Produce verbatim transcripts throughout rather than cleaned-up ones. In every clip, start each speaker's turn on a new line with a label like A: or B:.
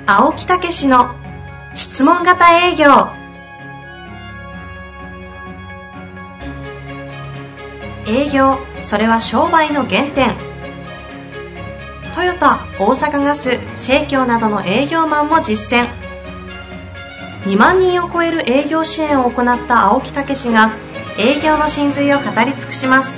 A: 青木武氏の質問型営業。営業、それは商売の原点。トヨタ、大阪ガス、生協などの営業マンも実践。にまんにんを超える営業支援を行った青木武氏が営業の真髄を語り尽くします。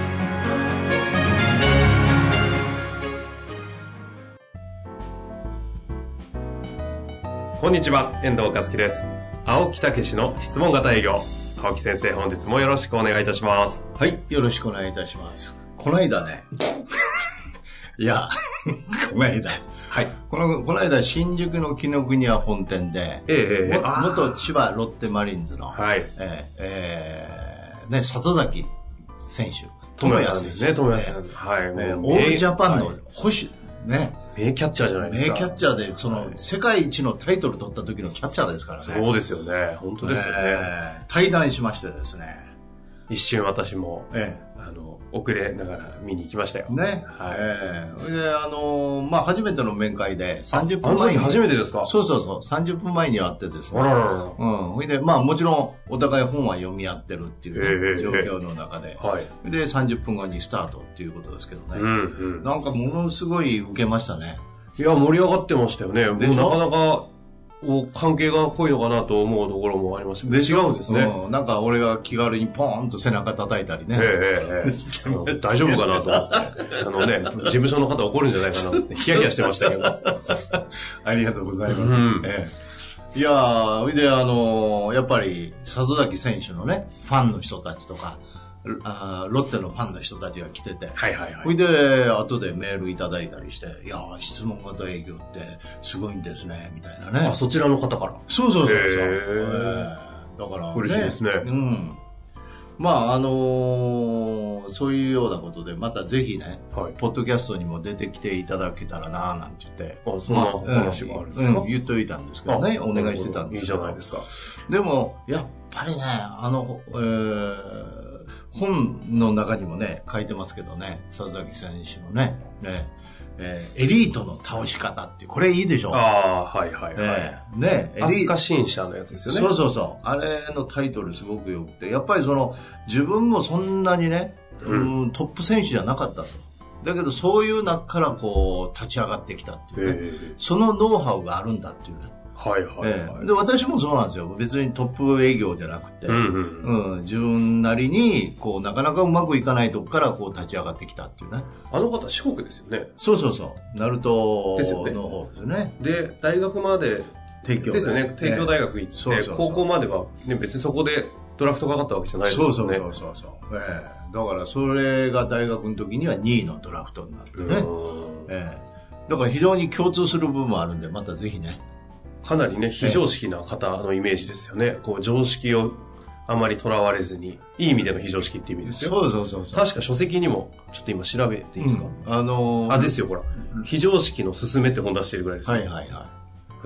B: こんにちは、遠藤和樹です。青木武氏の質問型営業。青木先生、本日もよろしくお願いいたします。
C: はい、よろしくお願いいたします。この間ね、いや、この間、はい、このこの間新宿の紀ノ国屋本店で、ええ、元千葉ロッテマリーンズの、はい、えーえー、ね、里崎選手、友也選手、ね、友也さん、はい、えー、オールジャパンの保守、ね。
B: 名キャッチャーじゃないですか。
C: 名キャッチャーで、その、世界一のタイトル取った時のキャッチャーですからね。
B: そうですよね。本当ですよね。
C: えー、対談しましてですね。
B: 一瞬私も、ええ、あの、遅れながら見に行きましたよ。
C: ね。はい。ええー、で、あのー、まあ、初めての面会で、さんじゅっぷん
B: まえに。あの時初めてですか？
C: そうそうそう。さんじゅっぷんまえに会ってですね。
B: あららら。うん。
C: ほいで、まあ、もちろん、お互い本は読み合ってるっていう、ね、えー、状況の中で。はい。で、さんじゅっぷんごにスタートっていうことですけどね。うんうん。なんか、ものすごい受けましたね。
B: いや、盛り上がってましたよね。もうなかなか、関係が濃いのかなと思うところもありましたけど。違うんですね。
C: うん。なんか俺が気軽にポーンと背中叩いたりね。ええ
B: ええ、大丈夫かなと思って。あのね、事務所の方怒るんじゃないかなって、ヒヤヒヤしてましたけど。
C: ありがとうございます。うん、ええ、いやー、で、あのー、やっぱり、里崎選手のね、ファンの人たちとか、あロッテのファンの人たちが来てて、はいはいはい。それで、後でメールいただいたりして、いやー、質問型営業ってすごいんですね、みたいなね。
B: あ、そちらの方から。
C: そうそうそうそう。えー、だから、ね、
B: 嬉しいですね。
C: うん。まあ、あのー、そういうようなことで、またぜひね、はい、ポッドキャストにも出てきていただけたらな、なんて言って。
B: あ、そんな話があるんですか、
C: まあうん、言っといたんですけどね、お願いしてたんですけど。
B: いいじゃないですか。
C: でも、やっぱりね、あの、えー、本の中にもね、書いてますけどね、里崎選手のね、ね、えー、エリートの倒し方って、これいいでしょ？
B: ああ、はいはいはい。
C: えー、ね、
B: エリート。飛鳥新社のやつですよね。
C: そうそうそう。あれのタイトルすごくよくて、やっぱりその、自分もそんなにね、うん、トップ選手じゃなかったと。だけど、そういう中からこう、立ち上がってきたっていうね。そのノウハウがあるんだっていうね。
B: はいはい、はいえ
C: ー、で私もそうなんですよ。別にトップ営業じゃなくて、うんうんうん、自分なりにこうなかなかうまくいかないとこからこう立ち上がってきたっていうね。
B: あの方四国ですよね。
C: そうそうそう。鳴門の方ですよね。
B: で大学まで
C: 帝京
B: ですよね。帝京大学行って、そうそうそう高校までは、ね、別にそこでドラフトかかったわけじゃないですよね。
C: そうそうそうそうそう、えー。だからそれが大学の時にはにいのドラフトになってね。えー、だから非常に共通する部分もあるんで、またぜひね。
B: かなりね、非常識な方のイメージですよね。こう、常識をあまりとらわれずに、いい意味での非常識っていう意味ですよ。
C: そうそうそうそう。
B: 確か書籍にも、ちょっと今調べていいですか、うん、
C: あのー、
B: あ、ですよ、ほら。非常識のすすめって本出してるぐらいですよ。
C: はいはいはい。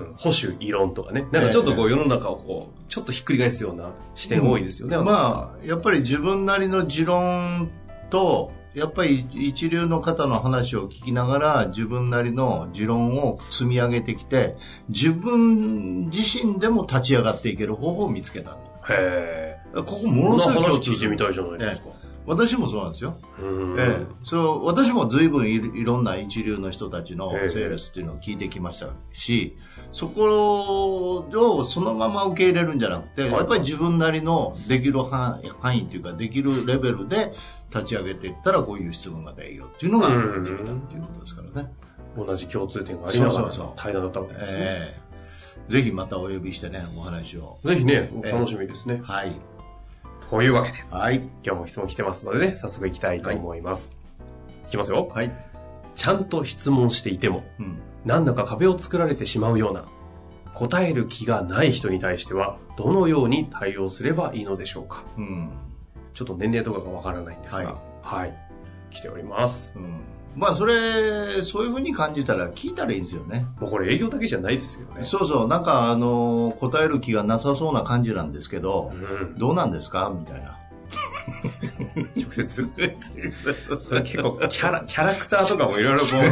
B: うん、保守異論とかね。なんかちょっとこう、世の中をこう、ちょっとひっくり返すような視点多いですよね。
C: うん、まあ、やっぱり自分なりの持論と、やっぱり一流の方の話を聞きながら自分なりの持論を積み上げてきて自分自身でも立ち上がっていける方法を見つけた。
B: へ
C: ー。ここものすごい
B: 共通してみたいじゃないですか。
C: 私もそうなんですよ。ええ、そう私も随分 い, いろんな一流の人たちのセールスっていうのを聞いてきましたし、そこをそのまま受け入れるんじゃなくて、やっぱり自分なりのできる範囲っていうかできるレベルで立ち上げていったらこういう質問ができるっていうのができたっていうことですからね。
B: 同じ共通点がありながら対談だったわけですね。え
C: え、ぜひまたお呼びしてね、お話を。
B: ぜひね、楽しみですね。
C: はい。
B: というわけで、
C: はい、
B: 今日も質問来てますのでね、早速いきたいと思います。はい、いきますよ。
C: はい。
B: ちゃんと質問していても、うん、なんだか壁を作られてしまうような、答える気がない人に対しては、どのように対応すればいいのでしょうか。うん、ちょっと年齢とかがわからないんですが、はい、はい、来ております。
C: うん、まあそれそういう風に感じたら聞いたらいいんですよね。
B: もうこれ営業だけじゃないですよね。
C: そうそう、なんかあの答える気がなさそうな感じなんですけど、うん、どうなんですかみたいな。
B: 直接それ結構キャラキャラクターとかもいろいろこう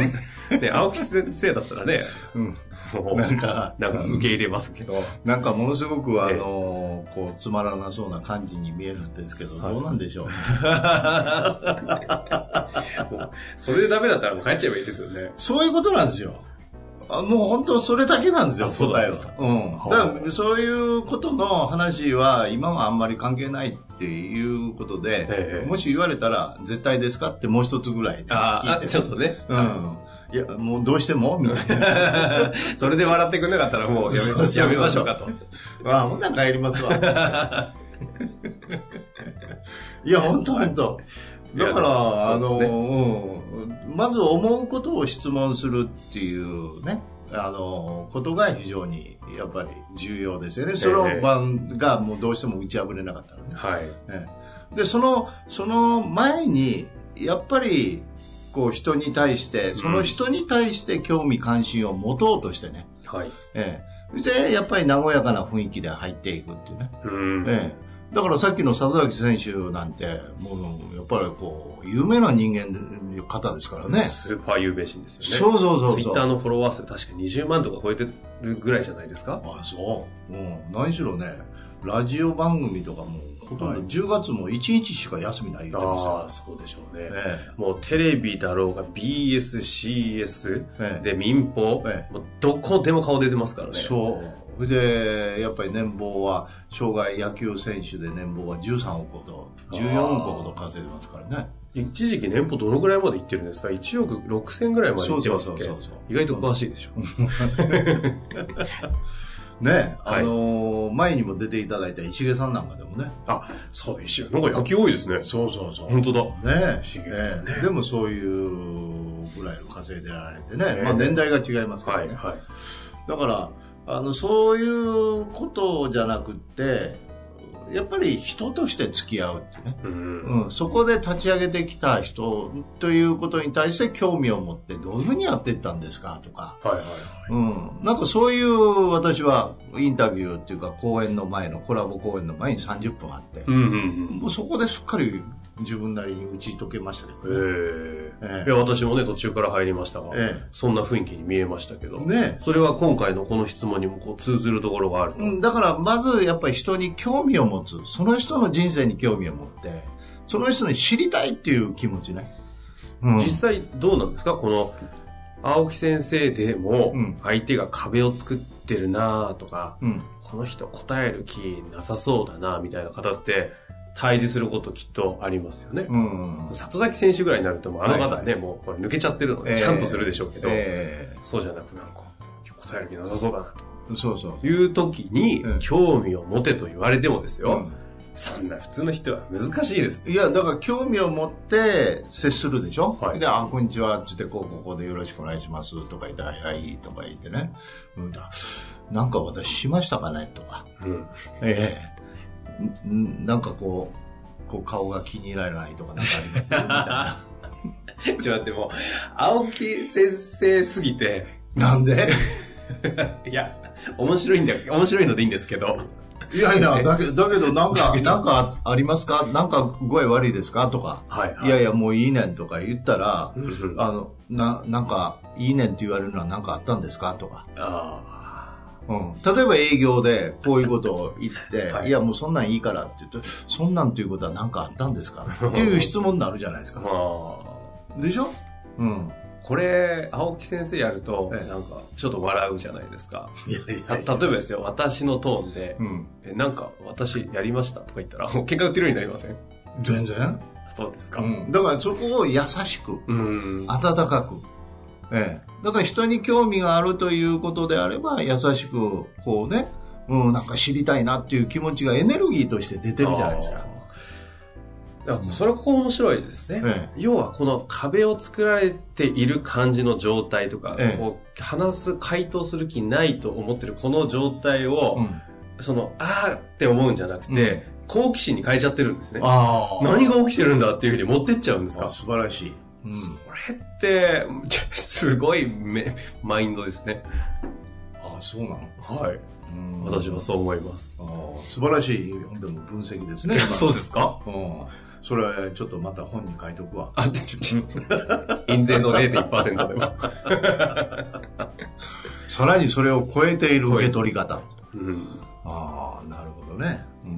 B: ね、青木先生だったらね、
C: うん、なんか、
B: なんか受け入れますけど。
C: なんかものすごく、あの、えー、こう、つまらなそうな感じに見えるんですけど、はい、どうなんでしょう。
B: それでダメだったらもう帰っちゃえばいいですよね。
C: そういうことなんですよ。あもう本当それだけなんですよ、答えは。うん。だからそういうことの話は今はあんまり関係ないっていうことで、ええ、もし言われたら絶対ですかってもう一つぐらいで聞いて。
B: ああ、ちょっとね。
C: うん。いや、もうどうしてもみたいな。
B: それで笑ってくれなかったらもうやめましょう、やめましょうかと。
C: ああ、ほんなら帰りますわ。いや、本当本当。だから、あの、うん、まず思うことを質問するっていうね、あの、ことが非常にやっぱり重要ですよね。その番がもうどうしても打ち破れなかったらね。
B: はい。
C: ええ、で、その、その前に、やっぱり、こう人に対して、その人に対して興味関心を持とうとしてね。
B: はい。
C: ええ。そして、やっぱり和やかな雰囲気で入っていくっていうね。
B: うん。
C: ええ。だからさっきの里崎選手なんて、もうやっぱりこう、有名な人間の方ですからね。
B: スーパー有名人ですよね。
C: そうそうそうそう。
B: ツイッターのフォロワー数確かにじゅうまんとか超えてるぐらいじゃないですか。
C: ああ、そう。うん。何しろね、ラジオ番組とかも、ほとんどじゅうがつもいちにちしか休みない言ってますから。
B: ああ、そうでしょうね。
C: ええ、
B: もうテレビだろうが ビーエス、シーエス、
C: ええ、
B: で民放、ええ、もうどこでも顔出てますからね。
C: そう。それで、やっぱり年俸は、生涯野球選手で年俸はじゅうさんおくほど、じゅうよんおくほど稼いでますからね。
B: 一時期年俸どのぐらいまでいってるんですか？ いちおくろくせんぐらいまでいってますっけ？そうそうそうそう。意外と詳しいでしょ。
C: ね、あのー、前にも出ていただいた石毛さんなんかでもね。
B: あ、そうだ、石毛。なんか野球多いですね。
C: そうそうそう。
B: 本当だ。
C: ね、
B: 石毛さんね、
C: ね。でもそういうぐらいの稼いでられてね。まあ年代が違いますからね。
B: はいはい。
C: だから、あの、そういうことじゃなくって、やっぱり人として付き合うってね、うんうん、そこで立ち上げてきた人ということに対して興味を持ってどういうふうにやっていったんですかとか、
B: はいはいはい、
C: うん、なんかそういう私はインタビューっていうか講演の前のコラボ講演の前にさんじゅっぷんあって、
B: うんうんうん、
C: もうそこですっかり自分なりに打ち解けましたけど、
B: ね、えーえー、いや私もね途中から入りましたが、えー、そんな雰囲気に見えましたけど、ね、それは今回のこの質問にもこう通ずるところがあると、
C: うん、だからまずやっぱり人に興味を持つ、その人の人生に興味を持ってその人に知りたいっていう気持ちね、
B: うん、実際どうなんですか、この青木先生でも相手が壁を作ってるなとか、うん、この人答える気なさそうだなみたいな方って対峙することきっとありますよね、うんうん、里崎選手ぐらいになるともうあの方ね、はいはい、もうこれ抜けちゃってるのでちゃんとするでしょうけど、えー、そうじゃなくなんか答える気なさそうだなと
C: そうそう
B: いう時に興味を持てと言われてもですよ、うん、そんな普通の人は難しいです、
C: ね、いやだから興味を持って接するでしょ、はい、であこんにちはって言ってこうここでよろしくお願いしますとか言ってはいはいとか言ってね、うん、だなんか私しましたかねとか、うん、ええーなんかこう、こう顔が気に入らないとかなんかありますよみたいな。
B: ちょっと待って、もう、青木先生すぎて。
C: なんで
B: いや、面白いんだよ。面白いのでいいんですけど。
C: いやいや、だけど、だけどなんか、なんかありますかなんか具合悪いですかとか、はいはい。いやいや、もういいねんとか言ったら、あの、な、なんか、いいねんって言われるのはなんかあったんですかとか。ああ。うん、例えば営業でこういうことを言って、はい、いやもうそんなんいいからって言って、そんなんということは何かあったんですかっていう質問になるじゃないですか。でしょ、うん、
B: これ青木先生やるとなんかちょっと笑うじゃないですか。いやいやいや例えばですよ、私のトーンで、うん、えなんか私やりましたとか言ったらもう喧嘩売ってるようになりません？
C: 全然
B: そうですか、
C: うん、だからそこを優しく、うん、温かく、ええ、だから人に興味があるということであれば優しくこうね、うん、なんか知りたいなっていう気持ちがエネルギーとして出てるじゃないですか。
B: だからそれはここ面白いですね、ええ、要はこの壁を作られている感じの状態とか、ええ、こう話す回答する気ないと思ってるこの状態を、うん、そのあーって思うんじゃなくて、うん、好奇心に変えちゃってるんですね。あ何が起きてるんだっていうふうに持ってっちゃうんですか。
C: 素晴らしい。
B: うん、それってすごいマインドですね。
C: ああそうなの。
B: はい。うん私はそう思います。
C: ああ素晴らしいでも分析ですね。
B: そうですか。
C: うんそれちょっとまた本に書いとくわ。
B: あ、ちょちょ印税の ゼロてんいちパーセント でも。
C: さらにそれを超えている受け取り方。
B: うん、
C: ああ、なるほどね。うん、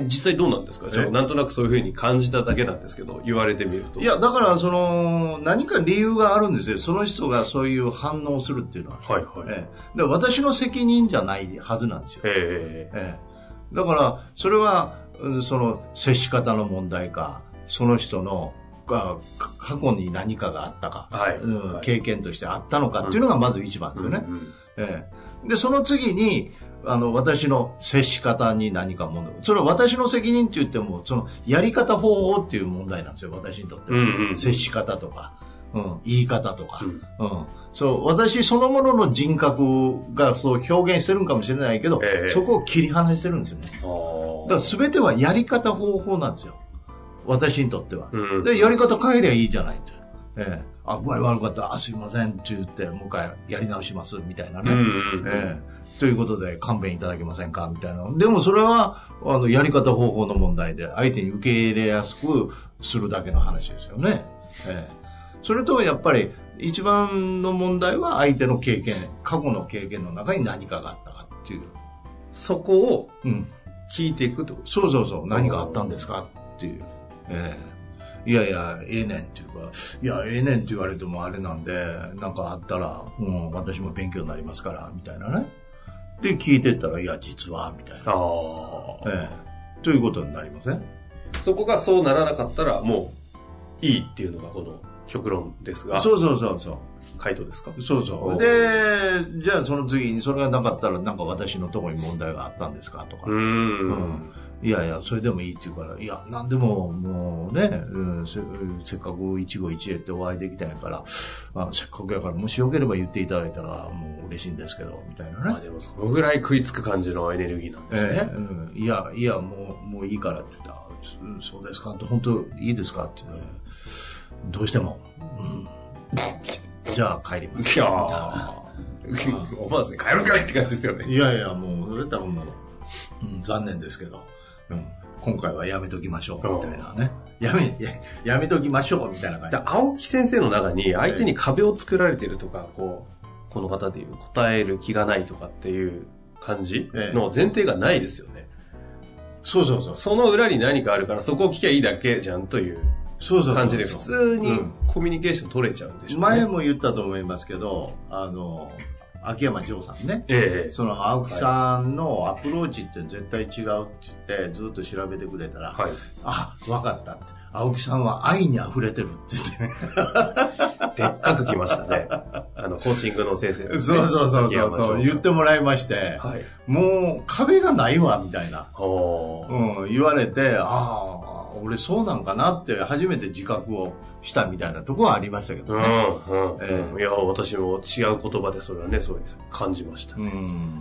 B: 実際どうなんですか？ちょっとなんとなくそういうふうに感じただけなんですけど、言われてみると。
C: いや、だからその何か理由があるんですよ。その人がそういう反応するっていうのは。
B: はいはい。
C: ええ、で私の責任じゃないはずなんですよ。ええええ、だからそれはその接し方の問題か、その人のが過去に何かがあったか、はいうん、経験としてあったのかっていうのがまず一番ですよね。うんうんうんええ、でその次にあの私の接し方に何か問題、それは私の責任って言ってもそのやり方方法っていう問題なんですよ、私にとっては、うんうん、接し方とか、うん、言い方とか、うんうん、そう私そのものの人格がそう表現してるんかもしれないけど、ええ、そこを切り離してるんですよね。だから全てはやり方方法なんですよ、私にとっては、うん、でやり方変えりゃいいじゃないと、ええ、あ具合悪かった、あすいませんって言ってもう一回やり直しますみたいなね、うんうんうんええ、ということで勘弁いただけませんかみたいな。でもそれはあのやり方方法の問題で相手に受け入れやすくするだけの話ですよね、ええ、それとやっぱり一番の問題は相手の経験、過去の経験の中に何かがあったかっていう、
B: そこを聞いていくと、うん、
C: そうそうそう、何があったんですかっていう、ええ、いやいやええねんっていうか、いやええねんって言われてもあれなんで、なんかあったら、うん、私も勉強になりますからみたいなね。で聞いてったら、いや実はみたいな、あ、ええ、ということになりません？
B: そこがそうならなかったらもういいっていうのがこの極論ですが、
C: そうそうそうそう、
B: 回答ですか？
C: そうそう。でじゃあその次にそれがなかったら、なんか私のところに問題があったんですかとか、うーん、うんいやいやそれでもいいって言うから、いやなんでももうね、うん、せ, せっかく一期一会ってお会いできたんやから、あせっかくやからもしよければ言っていただいたらもう嬉しいんですけどみたいなね。
B: あでもそのぐらい食いつく感じのエネルギーなんですね、えーうん、
C: いやいやもうもういいからって言ったら、そうですかって本当いいですかって、ね、どうしても、うん、じゃあ帰ります
B: いやー思わずに帰るかいって感じですよね。
C: いやいやもうそれ多分もう、うん、残念ですけど、うん、今回はやめときましょうみたいなね、やめ や, やめときましょうみたいな感じで、
B: 青木先生の中に相手に壁を作られているとか、こうこの方でいう答える気がないとかっていう感じの前提がないですよね、ええ、
C: そうそうそう、
B: その裏に何かあるからそこを聞きゃいいだけじゃんという感じで普通にコミュニケーション取れちゃうんでしょうね、
C: うん、前も言ったと思いますけど、あの秋山城さんね、
B: ええ、
C: その青木さんのアプローチって絶対違うって言ってずっと調べてくれたら、はい、あ、分かったって、青木さんは愛に溢れてるって言って
B: でっかくきましたね、あのコーチングの先生、ね、
C: そうそうそうそうそう言ってもらいまして、はい、もう壁がないわみたいな、うん、言われて、ああ俺そうなんかなって初めて自覚をしたみたいなところはありましたけどね、うんうんえー、
B: いや私も違う言葉でそれはねそういう感じました、うん、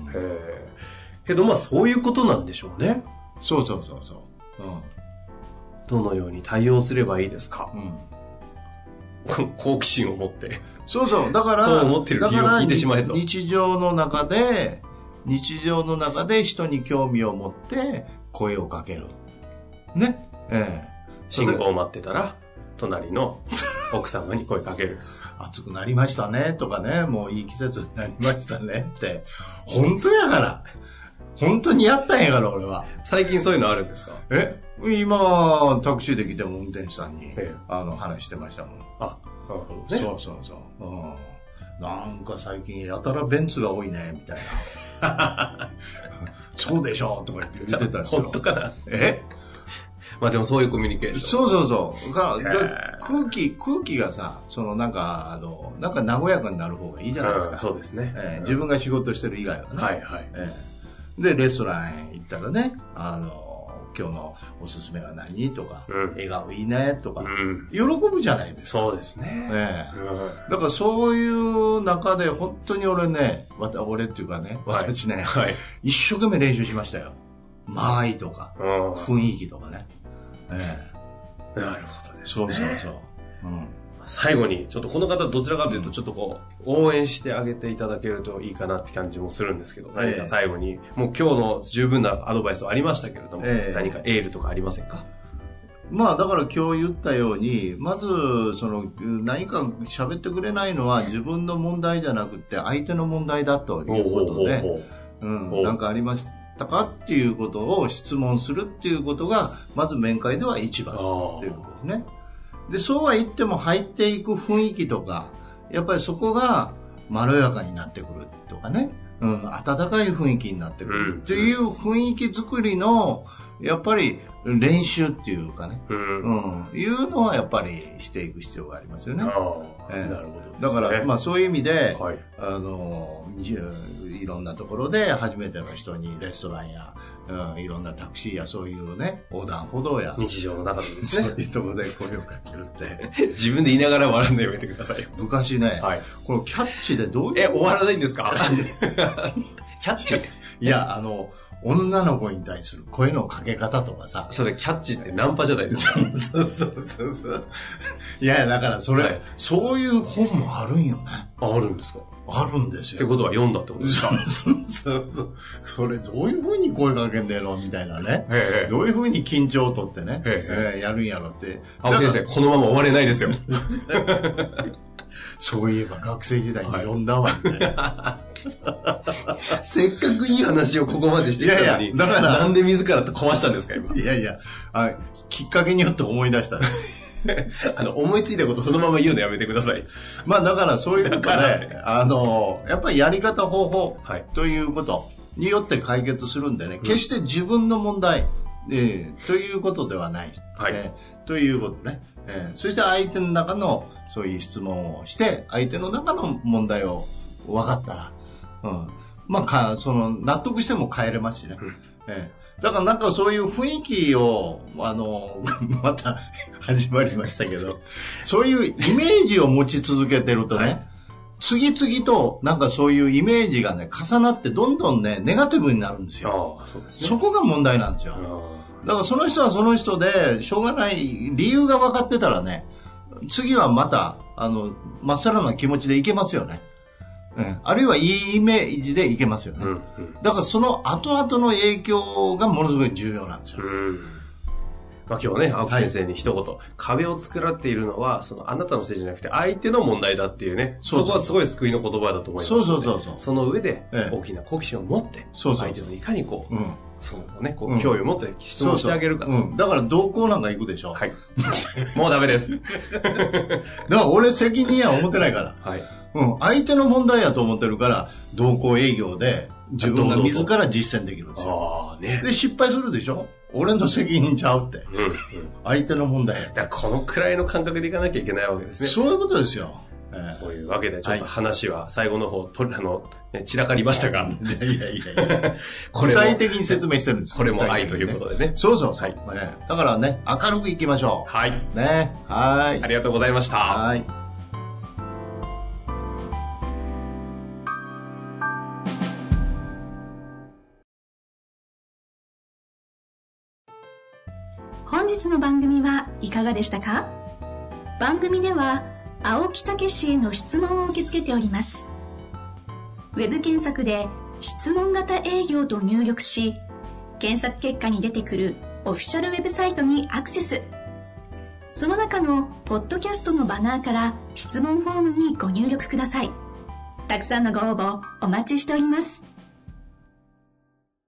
B: へけどまあそういうことなんでしょうね。
C: そうそうそうそう、うん、
B: どのように対応すればいいですか、うん、好奇心を持って、
C: そうそうだから
B: そう思ってる理由を聞いてしまえと、
C: 日常の中で日常の中で人に興味を持って声をかけるね、え
B: え、信号を待ってたら隣の奥様に声かける
C: 暑くなりましたねとかね、もういい季節になりましたねって本当やから、本当にやったんやから俺は。
B: 最近そういうのあるんですか？
C: え今タクシーで来ても運転手さんに、ええ、あの話してましたもん。あ、なるほどね。そうそうそう、うん、なんか最近やたらベンツが多いねみたいなそうでしょとか言って言ってたんですよ。
B: 本当かな。
C: え
B: まあでもそういうコミュニケーション。
C: そうそうそう。から空気、空気がさ、そのなんか、あの、なんか和やかになる方がいいじゃないですか。
B: そうですね、
C: えー。自分が仕事してる以外はね。
B: はいはい。
C: えー、で、レストラン行ったらね、あの、今日のおすすめは何とか、うん、笑顔いいねとか、うん、喜ぶじゃないですか。
B: そうですね。
C: えーうん、だからそういう中で本当に俺ね、俺っていうかね、私ね、はいはい、一生懸命練習しましたよ。間合いとか、うん、雰囲気とかね。え
B: え、なるほどですね。
C: そうそうそう、うん、
B: 最後にちょっとこの方どちらかというとちょっとこう応援してあげていただけるといいかなって感じもするんですけど、何か最後にもう今日の十分なアドバイスはありましたけれども、ええ、何かエールとかありませんか？
C: まあだから今日言ったように、まずその何か喋ってくれないのは自分の問題じゃなくて相手の問題だということで、うん、なんかありましたかっていうことを質問するっていうことがまず面会では一番ということですね。で、そうは言っても入っていく雰囲気とか、やっぱりそこがまろやかになってくるとかね、うん、温かい雰囲気になってくるっていう雰囲気作りのやっぱり練習っていうかね、うん、うん、いうのはやっぱりしていく必要がありますよね。
B: えー、なるほどですね。
C: だからまあそういう意味で、はい、あのいろんなところで初めての人にレストランや、うん、いろんなタクシーやそういうね横断歩道や
B: 日常の中でですね、
C: そういうところで声をかけるって
B: 自分で言いながら笑うのやめてくださいよ。
C: 昔ね、はい、このキャッチでどういう
B: え終わらないんですかキャッチ
C: いやあの女の子に対する声のかけ方とかさ。
B: それキャッチってナンパじゃないですか。
C: そうそうそうそう。いやいや、だからそれ、はい、そういう本もあるんよね。
B: あるんですか？
C: あるんですよ。
B: ってことは読んだってことですか？
C: そうそうそう。それどういう風に声かけんだよみたいなね。へへどういう風に緊張を取ってね、へへやるんやろって。
B: 青木先生、このまま終われないですよ。
C: そういえば学生時代に読んだわみたいな、は
B: い、せっかくいい話をここまでしてきたのに、いやいやだからなんで自ら壊したんですか今。
C: いやいやあきっかけによって思い出したん
B: ですあの思いついたことそのまま言うのやめてください。
C: まあだからそういうことで、あのやっぱりやり方方法ということによって解決するんでね、決して自分の問題、えー、ということではない、はい、えー、ということね。えー、そして相手の中のそういう質問をして相手の中の問題を分かったら、うん、まあかその納得しても変えれますしね、うん、えー、だからなんかそういう雰囲気をあのまた始まりましたけどそういうイメージを持ち続けてるとね、はい、次々となんかそういうイメージがね重なってどんどんねネガティブになるんですよ。ああ、そうですね。そこが問題なんですよ。だからその人はその人でしょうがない理由が分かってたらね、次はまたあのまっさらな気持ちでいけますよね、うん、あるいはいいイメージでいけますよね、うんうん、だからその後々の影響がものすごい重要なんですよ、うん、
B: まあ、今日ね青木先生に一言、はい、壁を作られているのはそのあなたのせいじゃなくて相手の問題だっていうね、そうそうそう、そこはすごい救いの言葉だと思いますので、そうそうそうそう、その上で大きな好奇心を持って、そうそうそう、相手といかにこう、うん、そうね、こう、興味を持って質問してあげるかと。
C: そうそう、うん、だから同行なんか行くでしょ。はい。
B: もうダメです。
C: だから俺責任や思ってないから。はい。うん。相手の問題やと思ってるから、同行営業で自分が自ら実践できるんですよ。ああね。で、失敗するでしょ。俺の責任ちゃうって。うんうん、相手の問題や。
B: だからこのくらいの感覚でいかなきゃいけないわけですね。
C: そういうことですよ。
B: というわけで、ちょっと話は最後の方、とあの、ね、散らかりましたが。いやいやいやいや
C: 具体的に説明してるんです。
B: これも愛ということでね。
C: そうそうそう、はい、ね。だからね、明るくいきましょう。はい。ね。はい。
B: ありがとうございました。はい。
A: 本日の番組はいかがでしたか？番組では青木武氏への質問を受け付けております。ウェブ検索で質問型営業と入力し、検索結果に出てくるオフィシャルウェブサイトにアクセス。その中のポッドキャストのバナーから質問フォームにご入力ください。たくさんのご応募お待ちしております。